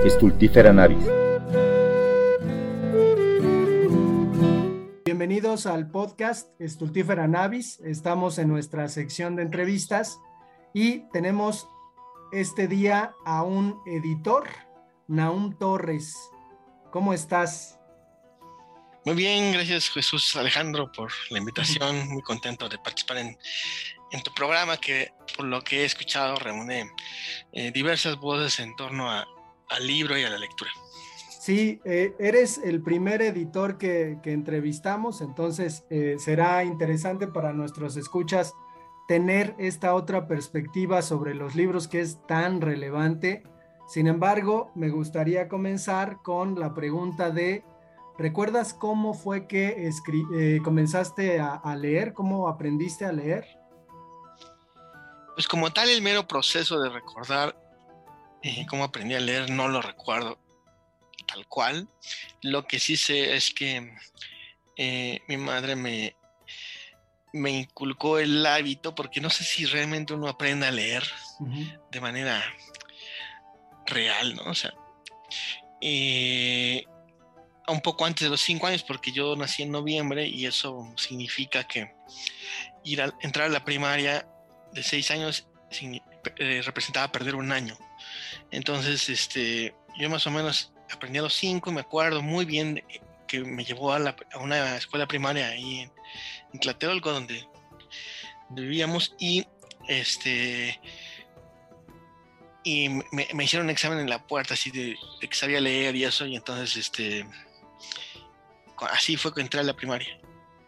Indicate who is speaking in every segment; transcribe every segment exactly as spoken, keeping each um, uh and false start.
Speaker 1: Stultifera Navis.
Speaker 2: Bienvenidos al podcast Stultifera Navis. Estamos en nuestra sección de entrevistas y tenemos este día a un editor, Nahum Torres. ¿Cómo estás?
Speaker 3: Muy bien, gracias Jesús Alejandro por la invitación. Muy contento de participar en, en tu programa que, por lo que he escuchado, reúne eh, diversas voces en torno a, al libro y a la lectura.
Speaker 2: Sí, eh, eres el primer editor que, que entrevistamos, entonces eh, será interesante para nuestros escuchas tener esta otra perspectiva sobre los libros que es tan relevante. Sin embargo, me gustaría comenzar con la pregunta de, ¿recuerdas cómo fue que escri- eh, comenzaste a, a leer? ¿Cómo aprendiste a leer?
Speaker 3: Pues como tal, el mero proceso de recordar eh, cómo aprendí a leer no lo recuerdo tal cual. Lo que sí sé es que eh, mi madre me, me inculcó el hábito, porque no sé si realmente uno aprende a leer uh-huh. de manera real, ¿no? O sea, eh, un poco antes de los cinco años, porque yo nací en noviembre y eso significa que ir a, entrar a la primaria de seis años sin, eh, representaba perder un año. Entonces, este, yo más o menos aprendí a los cinco y me acuerdo muy bien que me llevó a, la, a una escuela primaria ahí en, en Tlatelolco, donde, donde vivíamos, y este y me, me hicieron un examen en la puerta así de, de que sabía leer y eso, y entonces este así fue que entré a la primaria.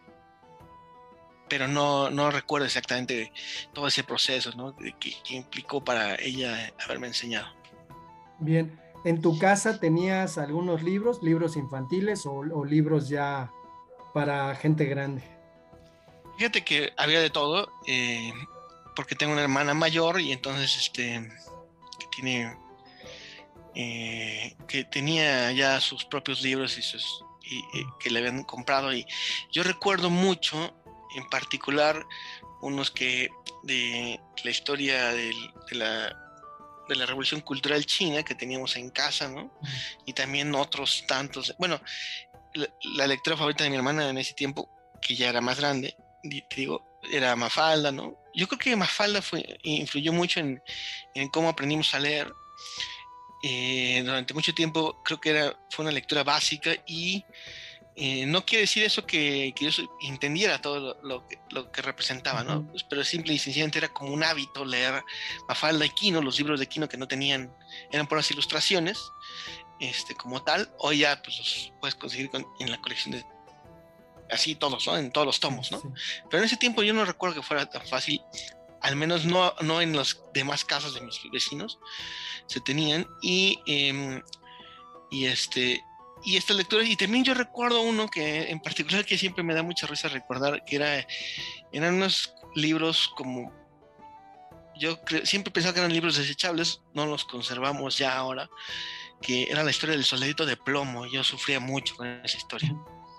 Speaker 3: Pero no, no recuerdo exactamente todo ese proceso, ¿no? que, que implicó para ella haberme enseñado.
Speaker 2: Bien, ¿en tu casa tenías algunos libros, libros infantiles o, o libros ya para gente grande?
Speaker 3: Fíjate que había de todo, eh, porque tengo una hermana mayor y entonces este que tiene eh, que tenía ya sus propios libros y sus y, y, que le habían comprado, y yo recuerdo mucho en particular unos que de la historia del, de la de la Revolución Cultural China que teníamos en casa, ¿no? Y también otros tantos. Bueno, la, la lectura favorita de mi hermana en ese tiempo, que ya era más grande, te digo, era Mafalda, ¿no? Yo creo que Mafalda fue, influyó mucho en, en cómo aprendimos a leer. Eh, durante mucho tiempo creo que era, fue una lectura básica y eh, no quiere decir eso que, que yo entendiera todo lo, lo, que, lo que representaba, ¿no? Uh-huh. Pero simple y sencillamente era como un hábito leer Mafalda y Quino, los libros de Quino que no tenían, eran puras ilustraciones, este, como tal. Hoy ya pues los puedes conseguir con, en la colección de así todos, ¿no? En todos los tomos, ¿no? Sí. Pero en ese tiempo yo no recuerdo que fuera tan fácil, al menos no, no en las demás casas de mis vecinos se tenían, y, eh, y este y estas lecturas. Y también yo recuerdo uno que en particular que siempre me da mucha risa recordar, que era eran unos libros como yo cre- siempre pensaba que eran libros desechables, no los conservamos ya ahora, que era la historia del soldadito de plomo. Yo sufría mucho con esa historia.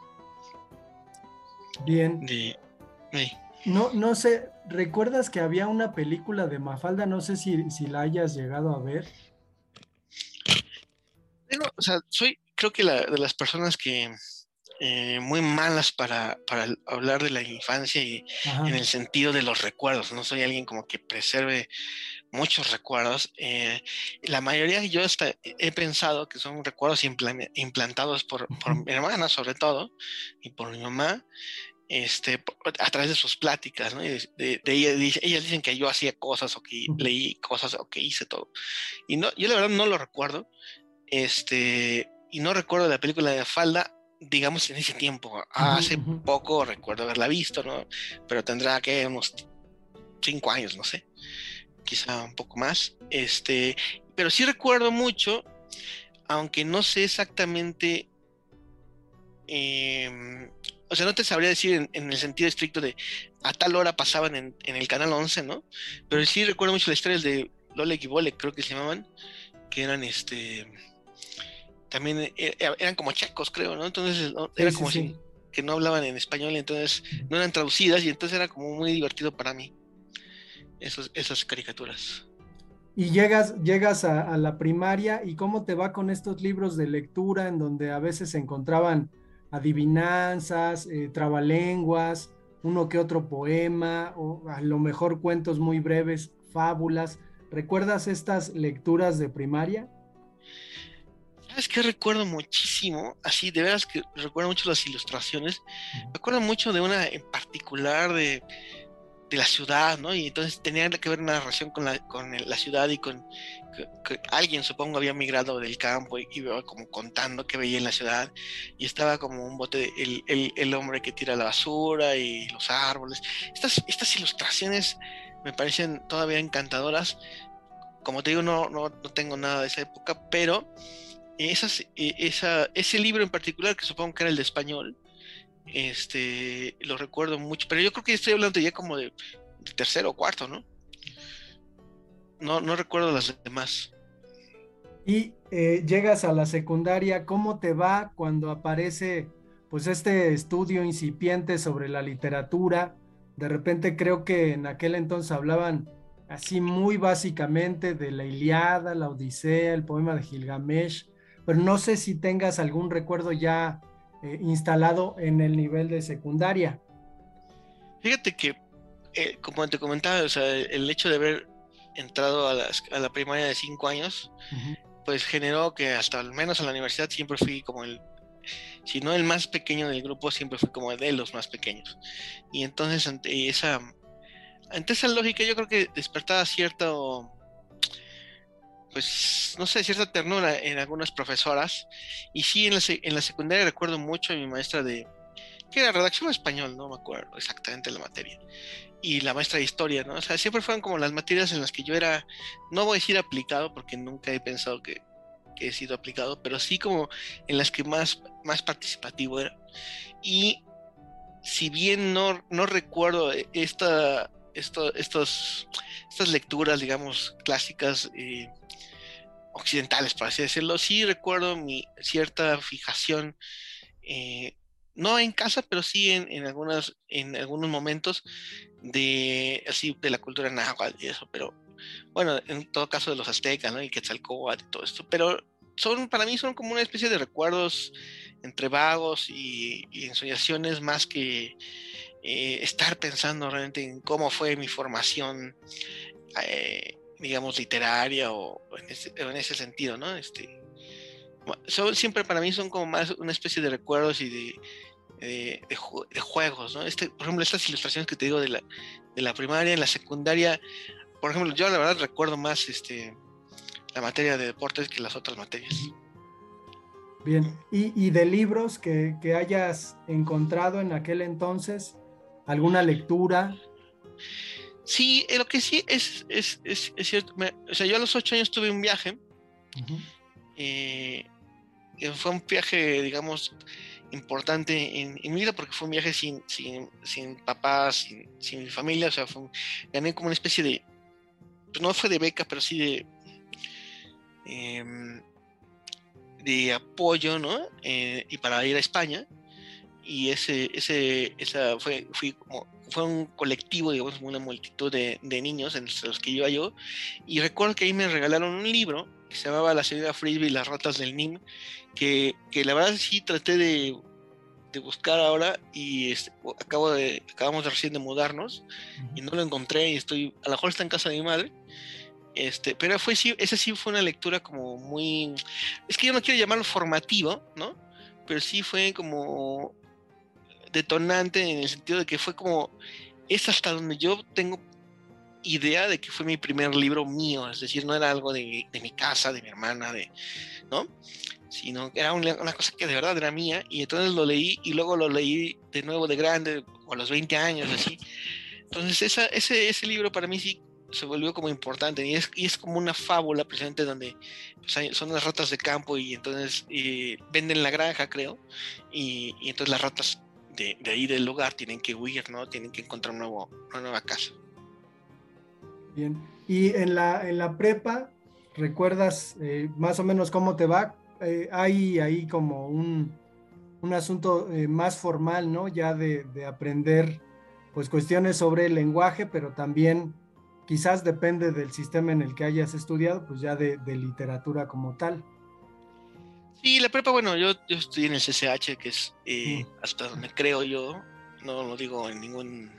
Speaker 2: Bien.
Speaker 3: De, de...
Speaker 2: No, no sé, ¿recuerdas que había una película de Mafalda? No sé si, si la hayas llegado a ver.
Speaker 3: Bueno, o sea, soy, creo que la, de las personas que eh, muy malas para, para hablar de la infancia y Ajá. en el sentido de los recuerdos. No soy alguien como que preserve muchos recuerdos. Eh, la mayoría yo hasta he pensado que son recuerdos impl- implantados por, por mi hermana, sobre todo, y por mi mamá, este, a través de sus pláticas, ¿no? De, de, de ella, de, ellas dicen que yo hacía cosas o que leí cosas o que hice todo. Y no, yo la verdad no lo recuerdo. Este, y no recuerdo la película de Falda, digamos, en ese tiempo. Hace uh-huh, uh-huh. poco recuerdo haberla visto, ¿no? Pero tendrá que unos cinco años, no sé, quizá un poco más. Este, pero sí recuerdo mucho, aunque no sé exactamente, eh, o sea, no te sabría decir en, en el sentido estricto de a tal hora pasaban en, en el canal once, ¿no? Pero sí recuerdo mucho las historias de Lolek y Bolek, creo que se llamaban, que eran este... también eran como checos, creo, ¿no? Entonces ¿no? era sí, como sí, si sí. que no hablaban en español, entonces no eran traducidas, y entonces era como muy divertido para mí esos, esas caricaturas.
Speaker 2: y llegas, llegas a, a la primaria y cómo te va con estos libros de lectura en donde a veces se encontraban adivinanzas, eh, trabalenguas, uno que otro poema, o a lo mejor cuentos muy breves, fábulas. ¿Recuerdas estas lecturas de primaria?
Speaker 3: ¿Sabes qué recuerdo muchísimo? Así, de veras que recuerdo mucho las ilustraciones.
Speaker 2: Ujú.
Speaker 3: Me acuerdo mucho de una en particular de, de la ciudad, ¿no? Y entonces tenía que ver una narración con la, con el- la ciudad y con que, que alguien, supongo, había migrado del campo y iba como contando qué veía en la ciudad. Y estaba como un bote, de- el, el, el hombre que tira la basura y los árboles. Estas, estas ilustraciones me parecen todavía encantadoras. Como te digo, no, no, no tengo nada de esa época, pero esas, e- esa, ese libro en particular, que supongo que era el de español, este, lo recuerdo mucho, pero yo creo que estoy hablando ya como de, de tercero o cuarto, ¿no? No, no recuerdo las demás.
Speaker 2: Y eh, llegas a la secundaria, ¿cómo te va cuando aparece pues este estudio incipiente sobre la literatura? De repente creo que en aquel entonces hablaban así muy básicamente de la Ilíada, la Odisea, el poema de Gilgamesh, pero no sé si tengas algún recuerdo ya eh, instalado en el nivel de secundaria.
Speaker 3: Fíjate que, eh, como te comentaba, o sea, el hecho de haber entrado a, las- a la primaria de cinco años,
Speaker 2: Ujú.
Speaker 3: pues generó que hasta al menos en la universidad siempre fui como el, si no el más pequeño del grupo, siempre fui como de los más pequeños. Y entonces ante esa, ante esa lógica yo creo que despertaba cierto, pues, no sé, cierta ternura en algunas profesoras. Y sí, en la, se- en la secundaria recuerdo mucho a mi maestra de, que era redacción español, no me acuerdo exactamente la materia. Y la maestra de historia, ¿no? O sea, siempre fueron como las materias en las que yo era, no voy a decir aplicado, porque nunca he pensado que, que he sido aplicado, pero sí como en las que más, más participativo era. Y si bien no, no recuerdo esta, esto, estos, estas lecturas, digamos, clásicas, eh, occidentales, por así decirlo, sí recuerdo mi cierta fijación, eh, no en casa, pero sí en, en, algunas, en algunos momentos de, así, de la cultura náhuatl y eso, pero bueno, en todo caso de los aztecas, ¿no? Y Quetzalcóatl y todo esto, pero son, para mí son como una especie de recuerdos entre vagos y, y ensoñaciones más que eh, estar pensando realmente en cómo fue mi formación, eh, digamos, literaria o, o en, ese, en, ese, sentido, ¿no? Este, son, siempre para mí son como más una especie de recuerdos y de, de, de, de juegos, ¿no? Este, por ejemplo, estas ilustraciones que te digo de la, de la primaria, en la secundaria, por ejemplo, yo la verdad recuerdo más este, la materia de deportes que las otras materias.
Speaker 2: Bien, y, y de libros que, que hayas encontrado en aquel entonces, alguna lectura.
Speaker 3: Sí, eh, lo que sí es, es, es, es cierto, me, o sea, yo a los ocho años tuve un viaje,
Speaker 2: Ujú.
Speaker 3: eh, fue un viaje, digamos, importante en, en, mi vida porque fue un viaje sin, sin, sin papás, sin, sin mi familia, o sea, fue un, gané como una especie de, pues no fue de beca, pero sí de, eh, de apoyo, ¿no? Eh, y para ir a España. Y ese, ese, esa fue, fui como, fue un colectivo, digamos, una multitud de, de niños entre los que iba yo. Y recuerdo que ahí me regalaron un libro que se llamaba La señora Frisbee y las ratas del Nim, que, que la verdad sí traté de, de buscar ahora y este, acabo de, acabamos de recién de mudarnos y no lo encontré y estoy, a lo mejor está en casa de mi madre. Este, pero fue sí, esa sí fue una lectura como muy, es que yo no quiero llamarlo formativo, ¿no? Pero sí fue como detonante en el sentido de que fue como, es hasta donde yo tengo idea de que fue mi primer libro mío, es decir, no era algo de, de mi casa, de mi hermana, de, ¿no? Sino que era una, una cosa que de verdad era mía y entonces lo leí y luego lo leí de nuevo de grande, o a los veinte años, así. Entonces esa, ese, ese libro para mí sí se volvió como importante y es, y es como una fábula presente donde pues, hay, son las ratas de campo y entonces eh, venden la granja, creo, y, y entonces las ratas de, de, ahí del lugar tienen que huir, ¿no? Tienen que encontrar un nuevo, una nueva casa.
Speaker 2: Bien, y en la, en la prepa, ¿recuerdas eh, más o menos cómo te va? Eh, hay ahí como un, un asunto eh, más formal, ¿no? Ya de, de aprender pues cuestiones sobre el lenguaje, pero también quizás depende del sistema en el que hayas estudiado, pues ya de, de literatura como tal.
Speaker 3: Sí, la prepa, bueno, yo, yo estoy en el C C H, que es eh,
Speaker 2: Mm.
Speaker 3: hasta donde creo yo, no lo digo en ningún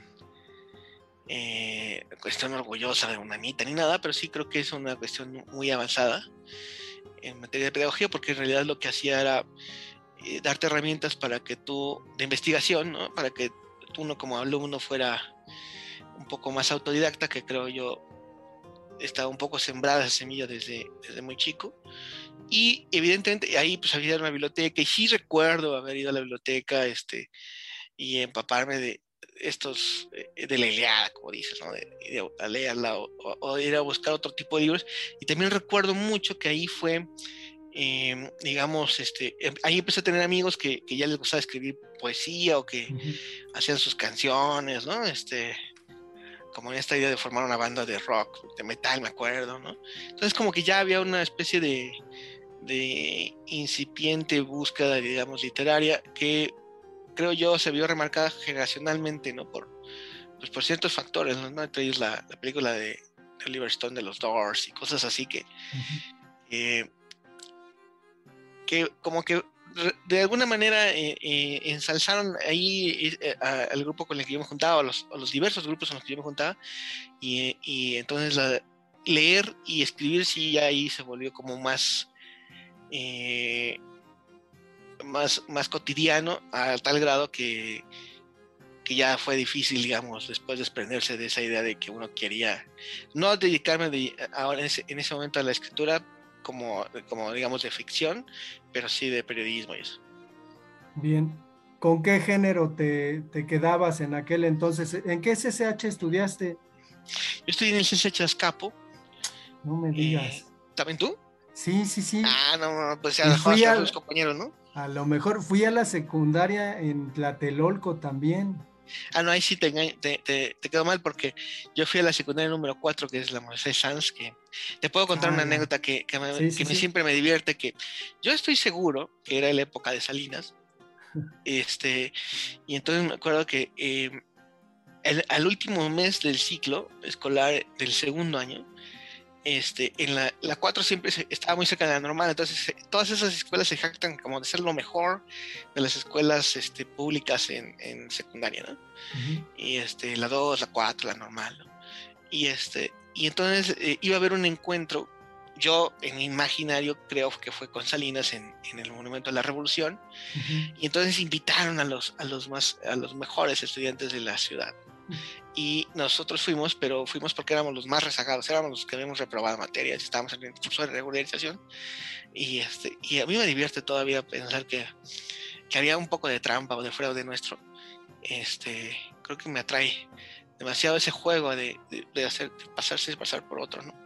Speaker 3: eh, cuestión orgullosa de una anita ni nada, pero sí creo que es una cuestión muy avanzada en materia de pedagogía, porque en realidad lo que hacía era eh, darte herramientas para que tú, de investigación, ¿no? Para que tú uno como alumno fuera un poco más autodidacta, que creo yo estaba un poco sembrada esa semilla desde, desde muy chico. Y evidentemente ahí pues había una biblioteca y sí recuerdo haber ido a la biblioteca este, y empaparme de estos, eh, de la Ilíada, como dices, ¿no? De, de a leerla o, o, o, ir a buscar otro tipo de libros. Y también recuerdo mucho que ahí fue, eh, digamos, este, ahí empecé a tener amigos que, que ya les gustaba escribir poesía o que
Speaker 2: Uh-huh.
Speaker 3: hacían sus canciones, ¿no? Este, como en esta idea de formar una banda de rock, de metal, me acuerdo, ¿no? Entonces como que ya había una especie de, de incipiente búsqueda, digamos, literaria que creo yo se vio remarcada generacionalmente, ¿no? Por, pues por ciertos factores, ¿no? ¿No? Entre ellos la, la película de, de Oliver Stone de los Doors y cosas así que,
Speaker 2: Uh-huh.
Speaker 3: eh, que como que de alguna manera eh, eh, ensalzaron ahí eh, a, al grupo con el que yo me juntaba, a los, a los diversos grupos con los que yo me juntaba, y, y entonces la, leer y escribir sí ya ahí se volvió como más, eh, más, más cotidiano, a tal grado que, que ya fue difícil, digamos, después desprenderse de esa idea de que uno quería no dedicarme de, ahora en ese, en ese momento a la escritura como, como, digamos, de ficción, pero sí de periodismo y eso.
Speaker 2: Bien. ¿Con qué género te, te quedabas en aquel entonces? ¿En qué C C H estudiaste?
Speaker 3: Yo estoy en el C C H Azcapo.
Speaker 2: No me
Speaker 3: Eh,
Speaker 2: digas.
Speaker 3: ¿También tú?
Speaker 2: Sí, sí, sí.
Speaker 3: Ah, no, no, pues a lo
Speaker 2: Y
Speaker 3: mejor
Speaker 2: fui
Speaker 3: hasta fuimos
Speaker 2: al,
Speaker 3: compañeros, ¿no?
Speaker 2: a lo mejor fui a la secundaria en Tlatelolco también.
Speaker 3: Ah, no, ahí sí te, te, te, te quedó mal porque yo fui a la secundaria número cuatro, que es la Moisés Sanz, que te puedo contar
Speaker 2: Ah,
Speaker 3: una
Speaker 2: ya.
Speaker 3: anécdota que, que, me,
Speaker 2: Sí, sí,
Speaker 3: que me
Speaker 2: sí.
Speaker 3: siempre me divierte, que yo estoy seguro que era la época de Salinas, este, y entonces me acuerdo que eh, el, al último mes del ciclo escolar del segundo año, este, en la, la cuatro siempre se, estaba muy cerca de la normal, entonces eh, todas esas escuelas se jactan como de ser lo mejor de las escuelas este, públicas en, en secundaria, ¿no?
Speaker 2: Uh-huh.
Speaker 3: Y este, la dos, la cuatro, la normal, ¿no? Y este, y entonces eh, iba a haber un encuentro, yo en mi imaginario creo que fue con Salinas en, en el Monumento a la Revolución,
Speaker 2: Uh-huh.
Speaker 3: y entonces invitaron a los, a los más, a los mejores estudiantes de la ciudad. Y nosotros fuimos, pero fuimos porque éramos los más rezagados, éramos los que habíamos reprobado materias, estábamos en el curso de regularización, y este, y a mí me divierte todavía pensar que, que había un poco de trampa o de fraude nuestro. Este, creo que me atrae demasiado ese juego de, de, de hacer, de pasarse y pasar por otro, ¿no?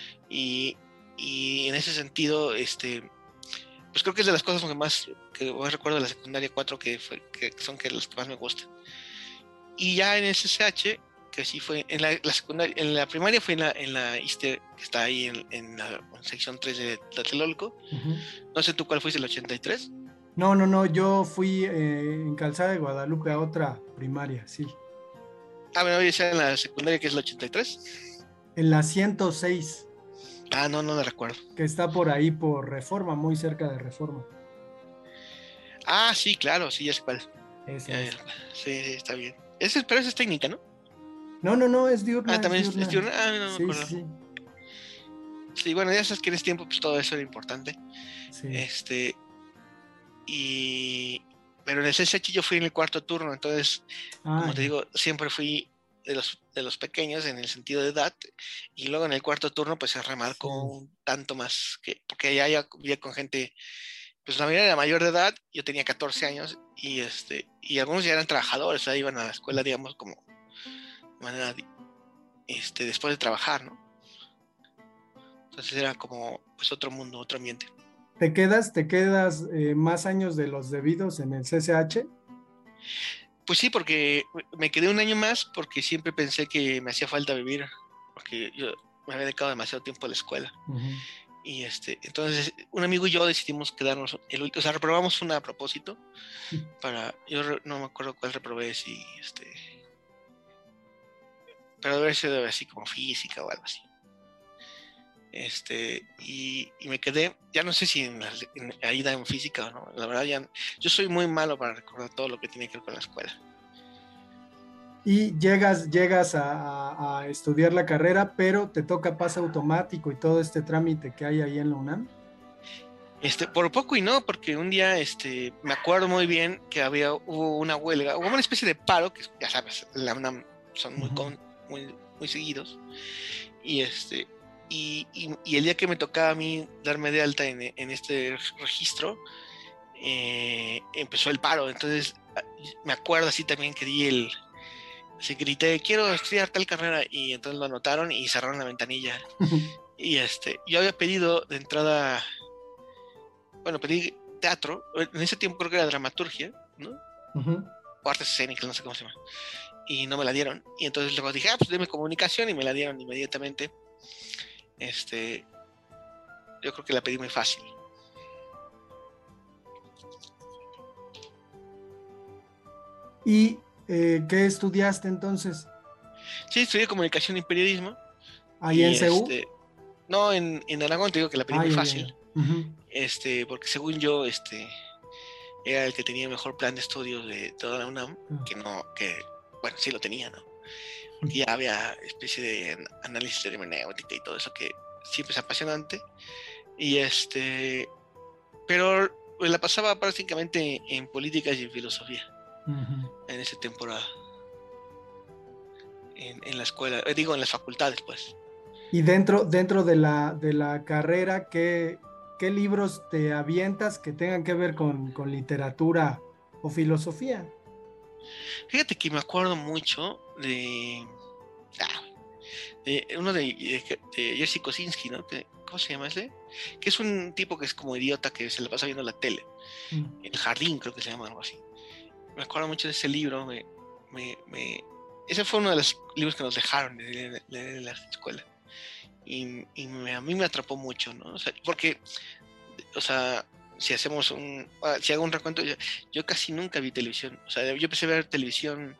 Speaker 3: Y, y en ese sentido, este, pues creo que es de las cosas que más, que más recuerdo de la secundaria cuatro que, fue, que son que las que más me gustan. Y ya en el C C H, que sí fue, en la, la secundaria, en la primaria fue en la, en la ISTE, que está ahí en, en la en sección tres de Tlatelolco.
Speaker 2: Uh-huh.
Speaker 3: No sé tú cuál fuiste, el ochenta y tres.
Speaker 2: No, no, no, yo fui eh, en Calzada de Guadalupe a otra primaria, sí.
Speaker 3: Ah, bueno, hoy está en la secundaria que es el ochenta y tres.
Speaker 2: En la ciento seis,
Speaker 3: Ah, no, no la recuerdo.
Speaker 2: que está por ahí por Reforma, muy cerca de Reforma.
Speaker 3: Ah, sí, claro, sí, ya sé cuál.
Speaker 2: Esa,
Speaker 3: Ya, ya,
Speaker 2: esa.
Speaker 3: sí, sí, está bien. Ese, pero esa es técnica, ¿no?
Speaker 2: No, no, no, es
Speaker 3: Ah,
Speaker 2: diurna, es
Speaker 3: también es, es
Speaker 2: diurna.
Speaker 3: diurna. Ah, no me
Speaker 2: Sí, sí,
Speaker 3: acuerdo.
Speaker 2: sí.
Speaker 3: Sí, bueno, ya sabes que en ese tiempo pues todo eso era importante.
Speaker 2: Sí.
Speaker 3: Este, y... Pero en el C C H yo fui en el cuarto turno, entonces,
Speaker 2: Ah,
Speaker 3: como te
Speaker 2: ya.
Speaker 3: digo, siempre fui de los, de los pequeños en el sentido de edad, y luego en el cuarto turno pues se remarcó
Speaker 2: Sí.
Speaker 3: un tanto más, que, porque ya ya vivía con gente, pues la mayoría era mayor de edad, yo tenía catorce años, y este, y algunos ya eran trabajadores, o sea, iban a la escuela, digamos, como de manera, este, después de trabajar, ¿no? Entonces era como, pues otro mundo, otro ambiente.
Speaker 2: ¿Te quedas, te quedas eh, más años de los debidos en el C C H?
Speaker 3: Pues sí, porque me quedé un año más porque siempre pensé que me hacía falta vivir, porque yo me había dedicado demasiado tiempo a la escuela.
Speaker 2: Uh-huh.
Speaker 3: Y este, entonces un amigo y yo decidimos quedarnos, el, o sea, reprobamos una a propósito para, yo re, no me acuerdo cuál reprobé, si este, pero debe ser así como física o algo así. Este, y, y me quedé, ya no sé si en la, en, ahí da en física o no, la verdad ya, yo soy muy malo para recordar todo lo que tiene que ver con la escuela.
Speaker 2: Y llegas, llegas a, a- a estudiar la carrera, pero te toca pase automático y todo este trámite que hay ahí en la UNAM.
Speaker 3: Este, por poco y no, porque un día, este, me acuerdo muy bien que había, hubo una huelga, hubo una especie de paro, que ya sabes, la UNAM son muy,
Speaker 2: Ujú.
Speaker 3: con, muy, muy seguidos, y este, y, y, y el día que me tocaba a mí darme de alta en, en este registro, eh, empezó el paro. Entonces me acuerdo así también que di el, así grité, quiero estudiar tal carrera, y entonces lo anotaron y cerraron la ventanilla. Y este, yo había pedido de entrada, bueno, pedí teatro, en ese tiempo creo que era dramaturgia, ¿no?
Speaker 2: Ujú.
Speaker 3: O artes escénicas, no sé cómo se llama, y no me la dieron. Y entonces luego dije, ah, pues deme comunicación, y me la dieron inmediatamente. Este, yo creo que la pedí muy fácil.
Speaker 2: ¿Y eh, qué estudiaste entonces?
Speaker 3: Sí, estudié comunicación y periodismo,
Speaker 2: Ahí en
Speaker 3: y
Speaker 2: C U.
Speaker 3: este, no, en, en Aragón te digo que la pedí
Speaker 2: Ah,
Speaker 3: muy
Speaker 2: ya, ya, ya.
Speaker 3: fácil,
Speaker 2: Ujú.
Speaker 3: este, porque según yo, este, era el que tenía el mejor plan de estudios de toda la UNAM, que no, que, bueno, sí lo tenía, ¿no? Porque ya había especie de análisis de hermenéutica y todo eso que siempre es apasionante, y este, pero pues, la pasaba prácticamente en políticas y en filosofía,
Speaker 2: Ujú.
Speaker 3: en esa temporada, en, en la escuela, eh, digo, en las facultades, pues.
Speaker 2: Y dentro, dentro de la, de la carrera, ¿qué, qué libros te avientas que tengan que ver con, con literatura o filosofía?
Speaker 3: Fíjate que me acuerdo mucho de, ah, de uno de, de, de Jerzy Kosinski, ¿no? Que, ¿cómo se llama ese? Que es un tipo que es como idiota que se le pasa viendo la tele.
Speaker 2: Mm.
Speaker 3: El Jardín, creo que se llama algo así. Me acuerdo mucho de ese libro. Me, me, me... Ese fue uno de los libros que nos dejaron de leer en la escuela. Y, y me, a mí me atrapó mucho, ¿no? O sea, porque, o sea, si hacemos un. Si hago un recuento, yo, yo casi nunca vi televisión. O sea, yo empecé a ver televisión,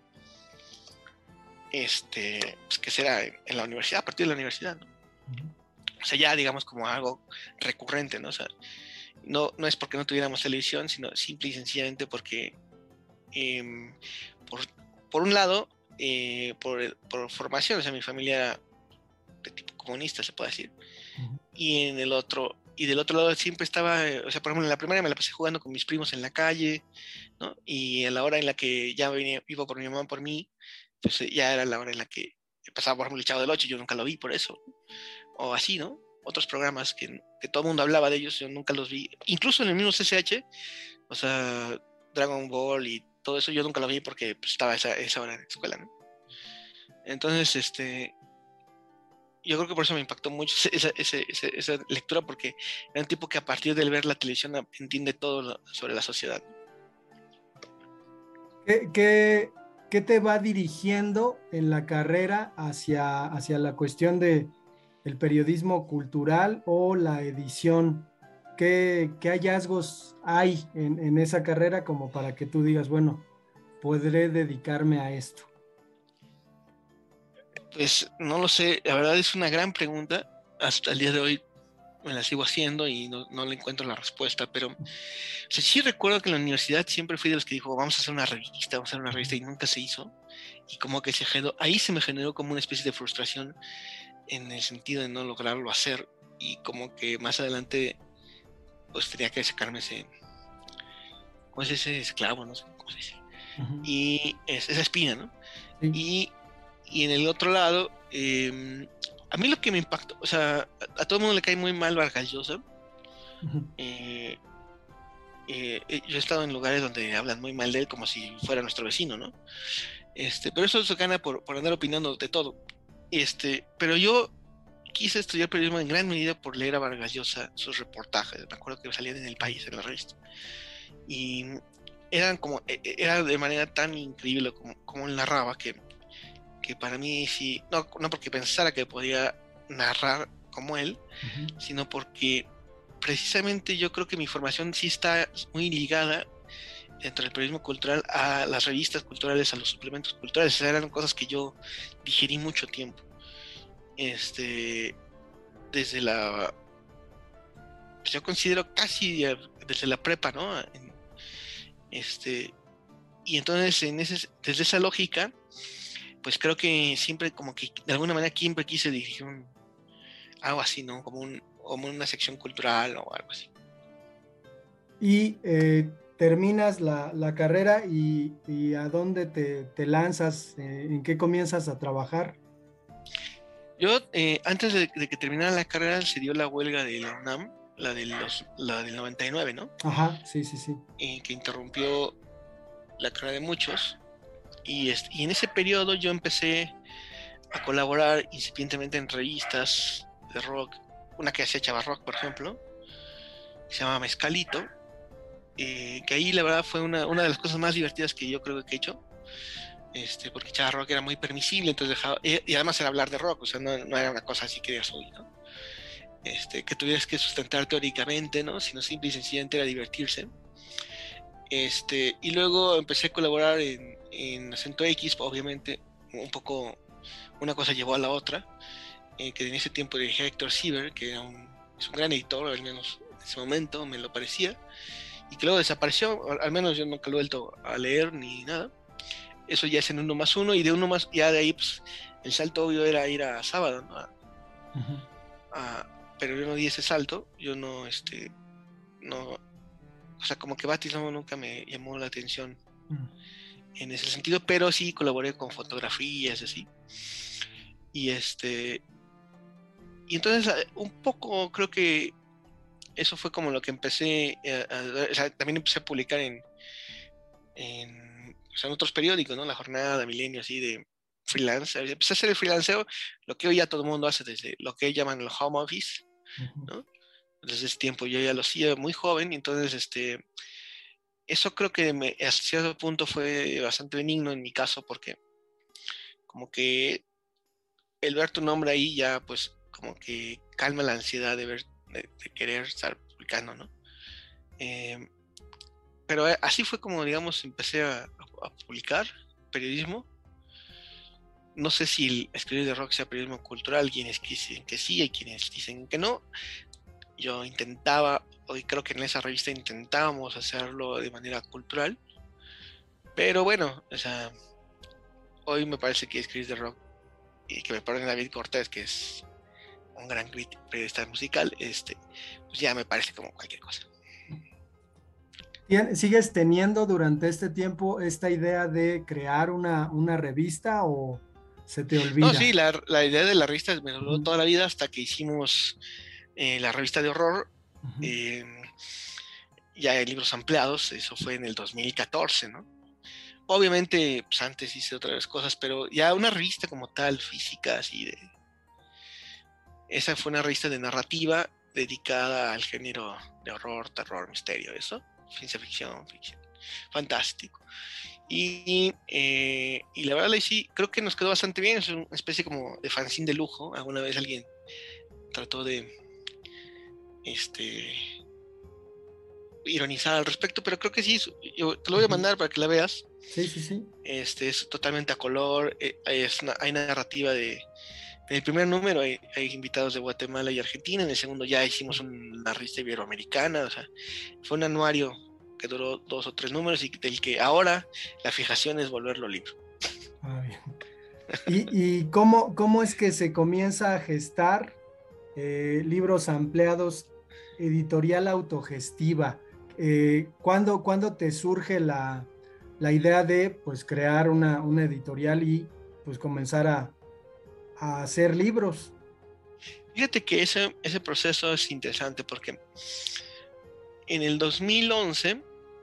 Speaker 3: este, pues que será en, en la universidad, a partir de la universidad, ¿no? O sea, ya digamos como algo recurrente, ¿no? O sea, no, no es porque no tuviéramos televisión, sino simple y sencillamente porque, eh, por, por un lado, eh, por, por formación, o sea, mi familia era de tipo comunista, se puede decir,
Speaker 2: Ujú.
Speaker 3: y en el otro, y del otro lado siempre estaba, eh, o sea, por ejemplo, en la primaria me la pasé jugando con mis primos en la calle, ¿no? Y a la hora en la que ya venía, iba por mi mamá, por mí, pues eh, ya era la hora en la que pasaba, por ejemplo, el Chavo del Ocho, yo nunca lo vi por eso, o así, ¿no? Otros programas que, que todo el mundo hablaba de ellos, yo nunca los vi, incluso en el mismo C C H, o sea, Dragon Ball y todo eso, yo nunca lo vi porque pues, estaba esa, esa hora en la escuela, ¿no? Entonces, este, yo creo que por eso me impactó mucho esa, esa, esa, esa lectura, porque era un tipo que a partir de ver la televisión entiende todo lo, sobre la sociedad.
Speaker 2: ¿Qué, qué- qué te va dirigiendo en la carrera hacia, hacia la cuestión de el periodismo cultural o la edición? ¿Qué, qué hallazgos hay en, en esa carrera como para que tú digas, bueno, podré dedicarme a esto?
Speaker 3: Pues no lo sé, la verdad es una gran pregunta. Hasta el día de hoy me la sigo haciendo y no, no le encuentro la respuesta, pero o sea, sí recuerdo que en la universidad siempre fui de los que dijo, vamos a hacer una revista, vamos a hacer una revista, y nunca se hizo. Y como que se generó, ahí se me generó como una especie de frustración en el sentido de no lograrlo hacer, y como que más adelante pues tenía que sacarme ese, ¿cómo es ese esclavo? No sé cómo se dice.
Speaker 2: Ujú.
Speaker 3: Y es, esa espina, ¿no?
Speaker 2: Sí.
Speaker 3: Y, y en el otro lado, eh, a mí lo que me impactó, o sea, a, a todo el mundo le cae muy mal Vargas Llosa.
Speaker 2: Ujú.
Speaker 3: Eh, eh, eh, yo he estado en lugares donde hablan muy mal de él como si fuera nuestro vecino, ¿no? Este, pero eso se gana por, por andar opinando de todo. Este, pero yo quise estudiar periodismo en gran medida por leer a Vargas Llosa, sus reportajes. Me acuerdo que salían en El País, en la revista. Y eran como, e, e, era de manera tan increíble como, como él narraba que, que para mí sí, no, no porque pensara que podía narrar como él,
Speaker 2: Ujú.
Speaker 3: sino porque precisamente yo creo que mi formación sí está muy ligada dentro del periodismo cultural a las revistas culturales, a los suplementos culturales. Esas eran cosas que yo digerí mucho tiempo. Este, desde la, pues yo considero casi desde la prepa, ¿no? En, este, y entonces en ese, desde esa lógica, pues creo que siempre como que de alguna manera siempre quise dirigir un, algo así, ¿no? Como, un, como una sección cultural o algo así.
Speaker 2: Y eh, terminas la, la carrera y, y ¿a dónde te, te lanzas? Eh, ¿en qué comienzas a trabajar?
Speaker 3: Yo, eh, antes de, de, que terminara la carrera, se dio la huelga de la UNAM, la, de los, la del noventa y nueve, ¿no?
Speaker 2: Ajá, sí, sí, sí.
Speaker 3: Eh, que interrumpió la carrera de muchos. Y, este, y en ese periodo yo empecé a colaborar incipientemente en revistas de rock, una que hacía Chava Rock, por ejemplo, que se llama Mezcalito, eh, que ahí la verdad fue una, una de las cosas más divertidas que yo creo que he hecho, este, porque Chava Rock era muy permisible, entonces dejaba, y, y además era hablar de rock, o sea, no, no era una cosa así que digas hoy, ¿no? Este, que tuvieras que sustentar teóricamente, ¿no? Sino simple y sencillamente era divertirse. Este, y luego empecé a colaborar en, en Acento X, obviamente, un poco, una cosa llevó a la otra, eh, que en ese tiempo dirigía Héctor Siever, que era un, es un gran editor, al menos en ese momento me lo parecía, y que luego desapareció, al, al menos yo nunca lo he vuelto a leer ni nada. Eso ya es en uno más uno, y de uno más, ya de ahí, pues, el salto obvio era ir a Sábado, ¿no? A,
Speaker 2: Uh-huh.
Speaker 3: a, pero yo no di ese salto, yo no, este, no, o sea, como que Batis no, nunca me llamó la atención uh-huh. en ese sentido, pero sí colaboré con fotografías, así, y este, y entonces un poco creo que eso fue como lo que empecé a, a, o sea, también empecé a publicar en, en, o sea, en otros periódicos, ¿no? La Jornada, Milenio, así de freelance. Empecé a hacer el freelanceo, lo que hoy ya todo el mundo hace desde lo que llaman el home office, uh-huh. ¿no? Desde ese tiempo yo ya lo hacía muy joven, y entonces este, eso creo que me, a cierto punto fue bastante benigno en mi caso, porque como que el ver tu nombre ahí ya pues como que calma la ansiedad de ver, de, de querer estar publicando, ¿no? Eh, pero así fue como, digamos, empecé a, a publicar periodismo. No sé si el escribir de rock sea periodismo cultural, quienes dicen que sí y quienes dicen que no. Yo intentaba, hoy creo que en esa revista intentábamos hacerlo de manera cultural, pero bueno, o sea, hoy me parece que escribir de rock, y que me perdone David Cortés, que es un gran periodista musical, este, pues ya me parece como cualquier cosa.
Speaker 2: ¿Sigues teniendo durante este tiempo esta idea de crear una, una revista o se te olvida?
Speaker 3: No, sí, la, la idea de la revista me duró uh-huh. toda la vida hasta que hicimos eh, la revista de horror, uh-huh. eh, ya en libros ampliados, eso fue en el dos mil catorce, ¿no? Obviamente, pues antes hice otras cosas, pero ya una revista como tal, física, así de... Esa fue una revista de narrativa dedicada al género de horror, terror, misterio, eso, ciencia ficción, ficción, fantástico. Y, eh, y la verdad, sí, creo que nos quedó bastante bien, es una especie como de fanzine de lujo. Alguna vez alguien trató de este ironizar al respecto, pero creo que sí, yo te lo voy a mandar para que la veas.
Speaker 2: Sí, sí, sí.
Speaker 3: Este, es totalmente a color, eh, es una, hay narrativa de... En el primer número hay, hay invitados de Guatemala y Argentina, en el segundo ya hicimos una revista iberoamericana, o sea, fue un anuario que duró dos o tres números y del que ahora la fijación es volverlo libro.
Speaker 2: Ah, bien. ¿Y, y cómo, cómo es que se comienza a gestar eh, libros ampliados, editorial autogestiva? Eh, ¿cuándo, ¿Cuándo te surge la, la idea de pues, crear una, una editorial y pues, comenzar a, a hacer libros?
Speaker 3: Fíjate que ese, ese proceso es interesante porque en el dos mil once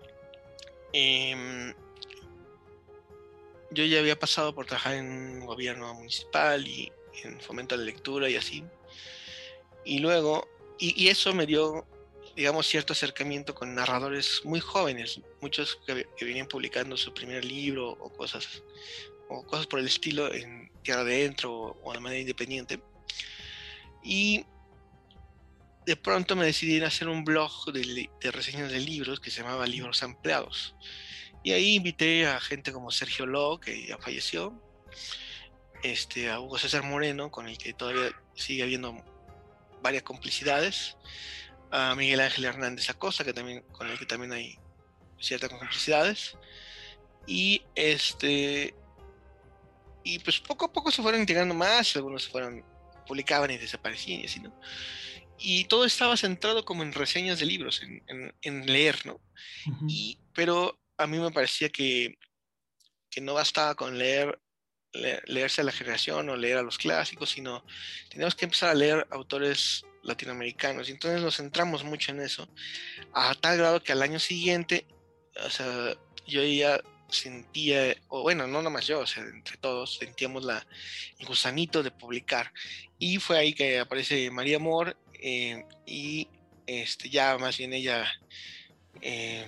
Speaker 3: eh, yo ya había pasado por trabajar en un gobierno municipal y en fomento a la lectura y así. Y luego, y, y eso me dio, digamos, cierto acercamiento con narradores muy jóvenes, muchos que, que venían publicando su primer libro o cosas, o cosas por el estilo en Tierra Adentro o, o de manera independiente. Y de pronto me decidí a hacer un blog de, de reseñas de libros que se llamaba Libros Ampliados. Y ahí invité a gente como Sergio Ló, que ya falleció, este, a Hugo César Moreno, con el que todavía sigue habiendo varias complicidades, a Miguel Ángel Hernández Acosta, que también, con el que también hay ciertas complicidades, y este y pues poco a poco se fueron integrando más, algunos se fueron, publicaban y desaparecían y así, ¿no? Y todo estaba centrado como en reseñas de libros, en, en, en leer, ¿no?
Speaker 2: Ujú.
Speaker 3: Y, pero a mí me parecía que, que no bastaba con leer, leer, leerse a la generación o leer a los clásicos, sino teníamos que empezar a leer autores latinoamericanos. Y entonces nos centramos mucho en eso, a tal grado que al año siguiente, o sea, yo ya sentía, o bueno, no nomás yo, o sea, entre todos sentíamos la, el gusanito de publicar. Y fue ahí que aparece María Amor, eh, y este, ya más bien ella, eh,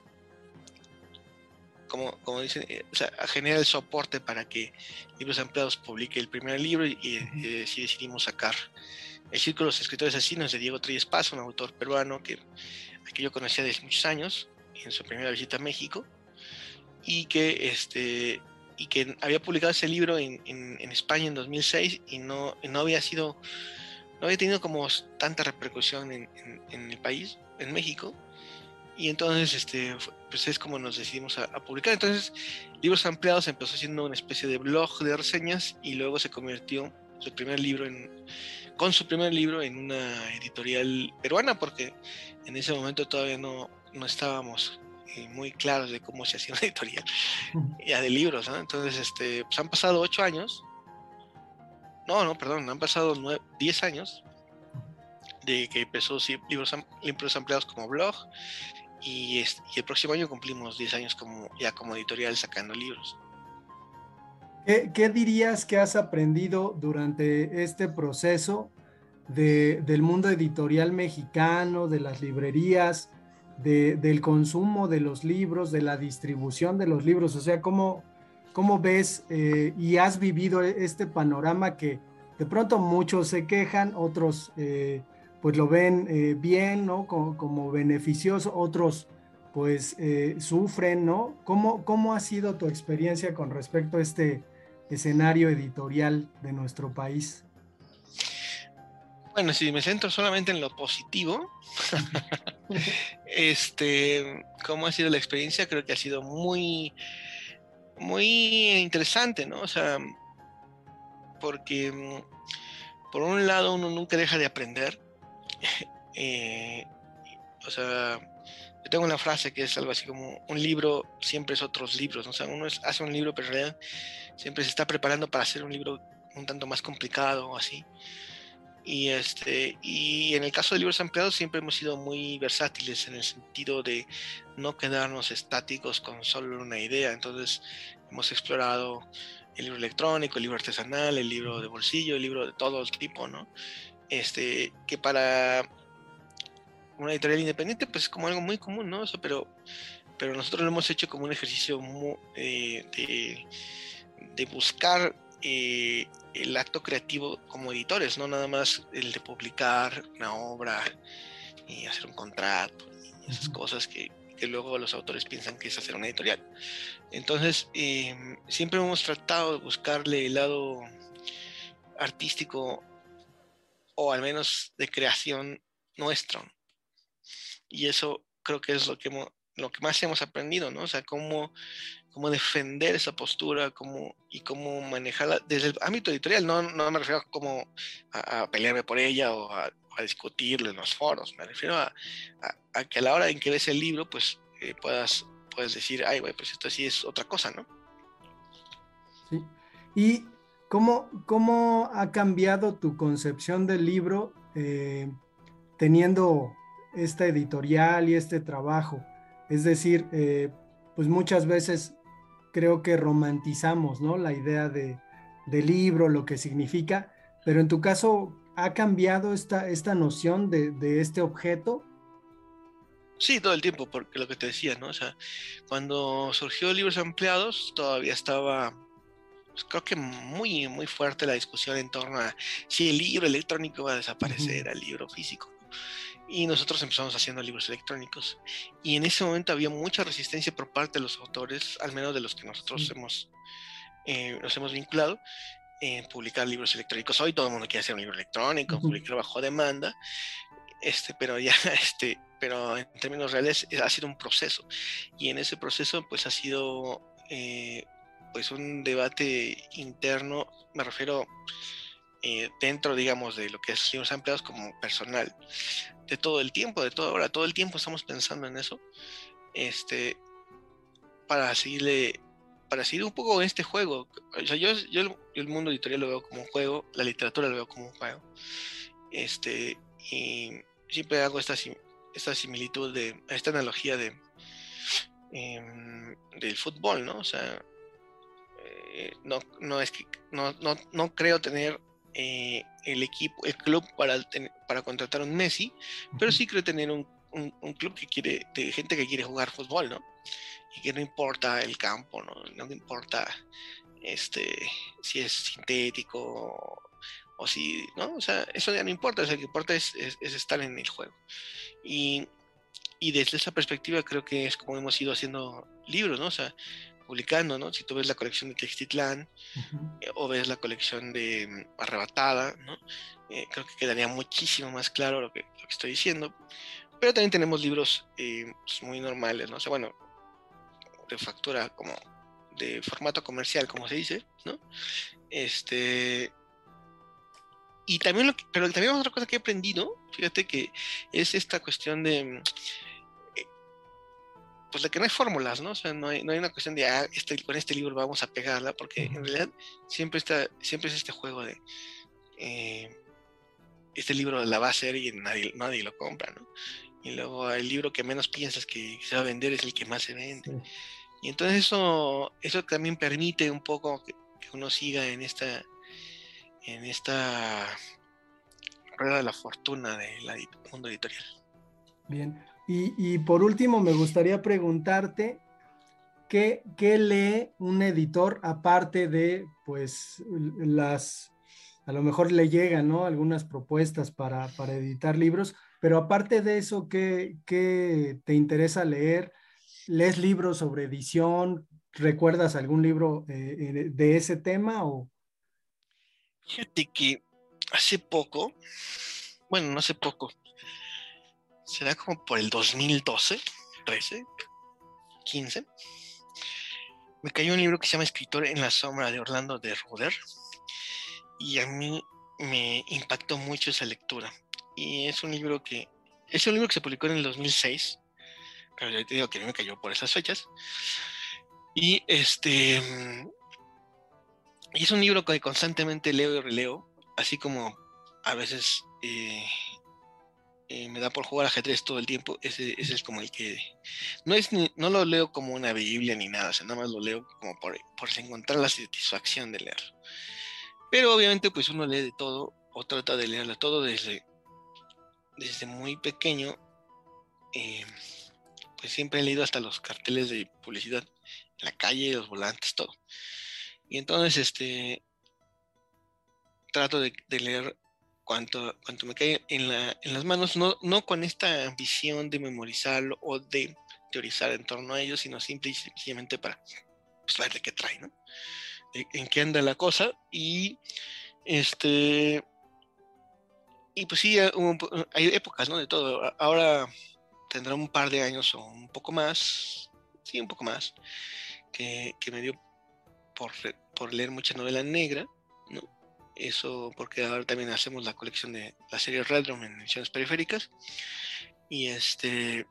Speaker 3: como, como dicen, eh, o sea, genera el soporte para que Libros Ampliados publique el primer libro, y, y eh, sí decidimos sacar El Círculo de los Escritores Asesinos de Diego Tríez Paz, un autor peruano que, que yo conocía desde muchos años, en su primera visita a México, y que, este, y que había publicado ese libro en, en, en España en dos mil seis y no, no había sido, no había tenido como tanta repercusión en, en, en el país, en México. Y entonces, este, pues es como nos decidimos a, a publicar. Entonces, Libros Ampliados empezó siendo una especie de blog de reseñas y luego se convirtió su primer libro en, con su primer libro en una editorial peruana, porque en ese momento todavía no, no estábamos eh, muy claros de cómo se hacía una editorial ya de libros, ¿no? Entonces, este, pues han pasado ocho años. No, no, perdón, han pasado nueve, diez años de que empezó sí, libros, libros Ampliados como blog. Y, este, y el próximo año cumplimos diez años como, ya como editorial sacando libros.
Speaker 2: ¿Qué, qué dirías que has aprendido durante este proceso de, del mundo editorial mexicano, de las librerías, de, del consumo de los libros, de la distribución de los libros? O sea, ¿cómo, cómo ves eh, y has vivido este panorama que de pronto muchos se quejan, otros eh, pues lo ven eh, bien, ¿no? Como, como beneficioso, otros pues eh, sufren, ¿no? ¿Cómo, ¿Cómo ha sido tu experiencia con respecto a este escenario editorial de nuestro país?
Speaker 3: Bueno, si me centro solamente en lo positivo, este, ¿cómo ha sido la experiencia? Creo que ha sido muy, muy interesante, ¿no? O sea, porque por un lado uno nunca deja de aprender. eh, o sea, yo tengo una frase que es algo así como: un libro siempre es otros libros, ¿no? O sea, uno es, hace un libro, pero en realidad siempre se está preparando para hacer un libro un tanto más complicado o así. Y, este, y en el caso de Libros Ampliados siempre hemos sido muy versátiles en el sentido de no quedarnos estáticos con solo una idea. Entonces hemos explorado el libro electrónico, el libro artesanal, el libro de bolsillo, el libro de todo tipo, ¿no? Este, que para una editorial independiente pues es como algo muy común, ¿no? O sea, pero, pero nosotros lo hemos hecho como un ejercicio muy, eh, de, de buscar eh, el acto creativo como editores, no nada más el de publicar una obra y hacer un contrato y esas cosas que, que luego los autores piensan que es hacer una editorial. Entonces, eh, siempre hemos tratado de buscarle el lado artístico o al menos de creación nuestro. Y eso creo que es lo que, hemos, lo que más hemos aprendido, ¿no? O sea, cómo, cómo defender esa postura, cómo, y cómo manejarla desde el ámbito editorial. No, no me refiero a cómo a, a pelearme por ella o a, a discutirlo en los foros. Me refiero a, a, a que a la hora en que ves el libro, pues eh, puedas, puedas decir, ay, güey, pues esto sí es otra cosa, ¿no?
Speaker 2: Sí. ¿Y cómo, cómo ha cambiado tu concepción del libro eh, teniendo esta editorial y este trabajo? Es decir, eh, pues muchas veces creo que romantizamos, ¿no? La idea de, del libro, lo que significa, pero en tu caso, ¿ha cambiado esta, esta noción de, de este objeto?
Speaker 3: Sí, todo el tiempo, porque lo que te decía, ¿no? O sea, cuando surgió Libros Ampliados, todavía estaba, pues, creo que muy, muy fuerte la discusión en torno a si el libro electrónico va a desaparecer,
Speaker 2: Ujú.
Speaker 3: al libro físico. y nosotros empezamos haciendo libros electrónicos. Y en ese momento había mucha resistencia por parte de los autores, al menos de los que nosotros sí. hemos, eh, nos hemos vinculado, en publicar libros electrónicos. Hoy todo el mundo quiere hacer un libro electrónico, uh-huh. publicar bajo demanda, este, pero ya, este, pero en términos reales ha sido un proceso. Y en ese proceso, pues ha sido, eh, pues un debate interno, me refiero eh, dentro, digamos, de lo que es libros ampliados como personal, de todo el tiempo, de toda hora, todo el tiempo estamos pensando en eso, este, para seguirle, para seguir un poco en este juego. O sea, yo, yo el, el mundo editorial lo veo como un juego, la literatura lo veo como un juego, este, y siempre hago esta, esta similitud de, esta analogía de eh, del fútbol, ¿no? O sea, eh, no, no es que, no, no, no creo tener eh, el equipo, el club para, para contratar un Messi, pero sí creo tener un, un, un club que quiere, de gente que quiere jugar fútbol, ¿no? Y que no importa el campo, no, no importa este, si es sintético o si, ¿no? O sea, eso ya no importa, o sea, lo que importa es, es, es estar en el juego. Y, y desde esa perspectiva creo que es como hemos ido haciendo libros, ¿no? O sea, publicando, ¿no? Si tú ves la colección de Textitlán, uh-huh. eh, o ves la colección de um, Arrebatada, ¿no? Eh, creo que quedaría muchísimo más claro lo que, lo que estoy diciendo. Pero también tenemos libros eh, pues muy normales, ¿no? O sea, bueno, de factura como de formato comercial, como se dice, ¿no? Este, y también lo que, pero también otra cosa que he aprendido, fíjate que es esta cuestión de eh, pues de que no hay fórmulas, ¿no? O sea, no hay, no hay una cuestión de ah, este, con este libro vamos a pegarla, porque uh-huh. en realidad siempre está, siempre es este juego de eh, este libro la va a hacer y nadie, nadie lo compra, ¿no? Y luego el libro que menos piensas que se va a vender es el que más se vende. Sí. Y entonces eso, eso también permite un poco que, que uno siga en esta, en esta rueda de la fortuna del mundo editorial.
Speaker 2: Bien, y, y por último me gustaría preguntarte, ¿qué, qué lee un editor aparte de, pues, las, a lo mejor le llegan, ¿no? Algunas propuestas para, para editar libros, pero aparte de eso, ¿qué, qué te interesa leer? ¿Lees libros sobre edición? ¿Recuerdas algún libro eh, de ese tema? O...
Speaker 3: Fíjate que hace poco, bueno, no hace poco, será como por el dos mil doce, trece, quince, me cayó un libro que se llama Escritor en la sombra de Orlando de Ruder, y a mí me impactó mucho esa lectura. Y es un libro que, es un libro que se publicó en el dos mil seis, pero yo te digo que a mí me cayó por esas fechas. Y este, y es un libro que constantemente leo y releo, así como a veces eh, eh, me da por jugar ajedrez todo el tiempo. Ese, ese es como el que no es ni, no lo leo como una biblia ni nada, o sea, nada más lo leo como por, por encontrar la satisfacción de leer. Pero obviamente pues uno lee de todo o trata de leerlo todo desde, desde muy pequeño. Eh, pues siempre he leído hasta los carteles de publicidad en la calle, los volantes, todo. Y entonces este trato de, de leer cuanto, cuanto me cae en, la, en las manos, no, no con esta ambición de memorizarlo o de teorizar en torno a ello, sino simple y sencillamente para pues, ver de qué trae, ¿no? En, en qué anda la cosa. Y este y pues sí, hay épocas, ¿no? De todo. Ahora tendrá un par de años o un poco más, sí, un poco más, que, que me dio por, por leer mucha novela negra, ¿no? Eso porque ahora también hacemos la colección de la serie Red Room en ediciones periféricas. Y este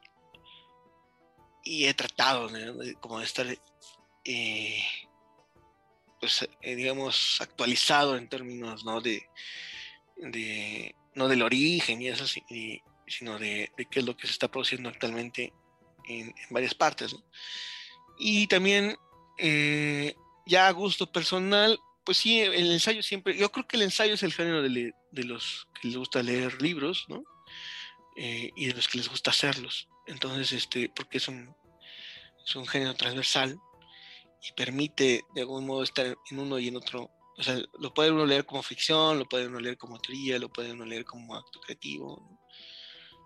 Speaker 3: y he tratado ¿no? de, como de estar eh, pues eh, digamos actualizado en términos no de, de no del origen y eso y, sino de, de qué es lo que se está produciendo actualmente en, en varias partes, ¿no? Y también eh, ya a gusto personal, pues sí, el ensayo siempre, yo creo que el ensayo es el género de, le, de los que les gusta leer libros, ¿no? Eh, y de los que les gusta hacerlos. Entonces, este, porque es un, es un género transversal y permite de algún modo estar en uno y en otro. O sea, lo puede uno leer como ficción, lo puede uno leer como teoría, lo puede uno leer como acto creativo, ¿no?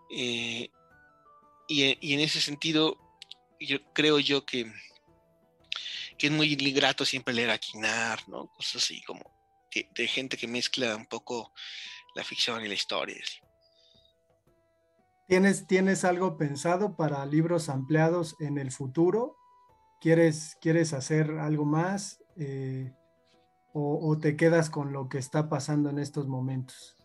Speaker 3: Eh, y, y en ese sentido, yo creo yo que, que es muy grato siempre leer a Quinar, ¿no? Cosas así como que, de gente que mezcla un poco la ficción y la historia. ¿Sí?
Speaker 2: ¿Tienes, tienes algo pensado para libros ampliados en el futuro? ¿Quieres, quieres hacer algo más eh, o, o te quedas con lo que está pasando en estos momentos?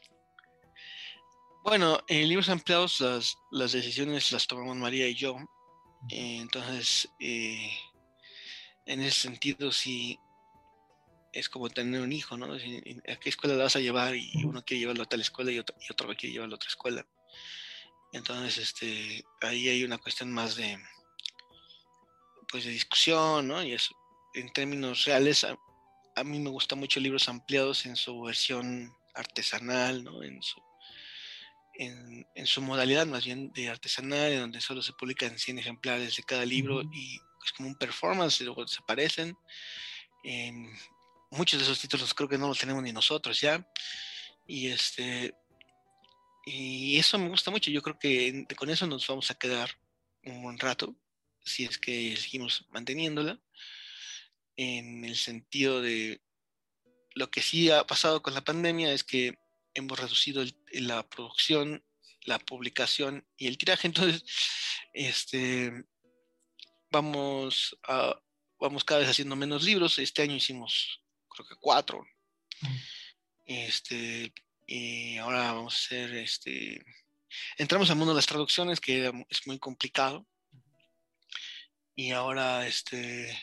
Speaker 3: Bueno, en libros ampliados las, las decisiones las tomamos María y yo. Eh, entonces, eh, en ese sentido, sí es como tener un hijo, ¿no? ¿A qué escuela la vas a llevar? Y uno quiere llevarlo a tal escuela y otro, y otro quiere llevarlo a otra escuela. Entonces, este, ahí hay una cuestión más de, pues, de discusión, ¿no? Y eso, en términos reales, a, a mí me gustan mucho libros ampliados en su versión artesanal, ¿no? En su, en, en su modalidad más bien de artesanal, en donde solo se publican cien ejemplares de cada libro uh-huh. y es como un performance y luego desaparecen. Eh, muchos de esos títulos creo que no los tenemos ni nosotros ya. Y este y eso me gusta mucho. Yo creo que con eso nos vamos a quedar un buen rato, si es que seguimos manteniéndola, en el sentido de lo que sí ha pasado con la pandemia es que hemos reducido el, la producción, la publicación y el tiraje. Entonces, este, vamos, a, vamos cada vez haciendo menos libros. Este año hicimos, creo que cuatro. Mm. Este, y ahora vamos a hacer, este, entramos al mundo de las traducciones, que es muy complicado. Y ahora, este,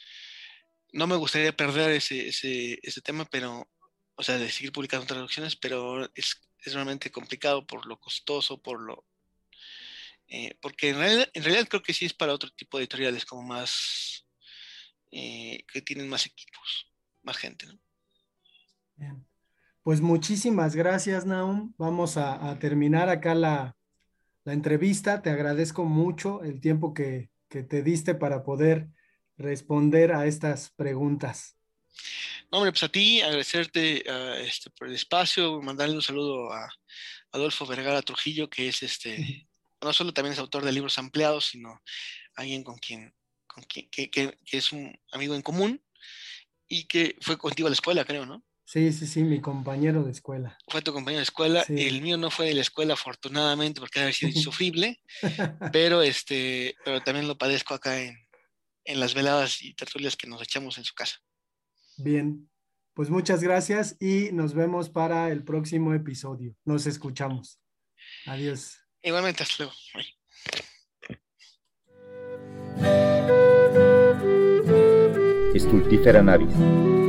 Speaker 3: no me gustaría perder ese, ese, ese tema, pero, o sea, de seguir publicando traducciones, pero es, es realmente complicado por lo costoso, por lo, eh, porque en realidad, en realidad creo que sí es para otro tipo de editoriales, como más, eh, que tienen más equipos, más gente, ¿no?
Speaker 2: Bien. Pues muchísimas gracias, Nahum. Vamos a, a terminar acá la, la entrevista. Te agradezco mucho el tiempo que, que te diste para poder responder a estas preguntas.
Speaker 3: No, hombre, pues a ti, agradecerte uh, este, por el espacio, mandarle un saludo a Adolfo Vergara Trujillo, que es este, no solo también es autor de libros ampliados, sino alguien con quien, con quien que, que, que es un amigo en común y que fue contigo a la escuela, creo, ¿no?
Speaker 2: Sí, sí, sí, mi compañero de escuela.
Speaker 3: Fue tu compañero de escuela. Sí. El mío no fue de la escuela, afortunadamente, porque debe haber sido insufrible, pero, este, pero también lo padezco acá en, en las veladas y tertulias que nos echamos en su casa.
Speaker 2: Bien, pues muchas gracias y nos vemos para el próximo episodio. Nos escuchamos. Adiós.
Speaker 3: Igualmente, hasta luego. Bye.
Speaker 1: Stultifera Navis.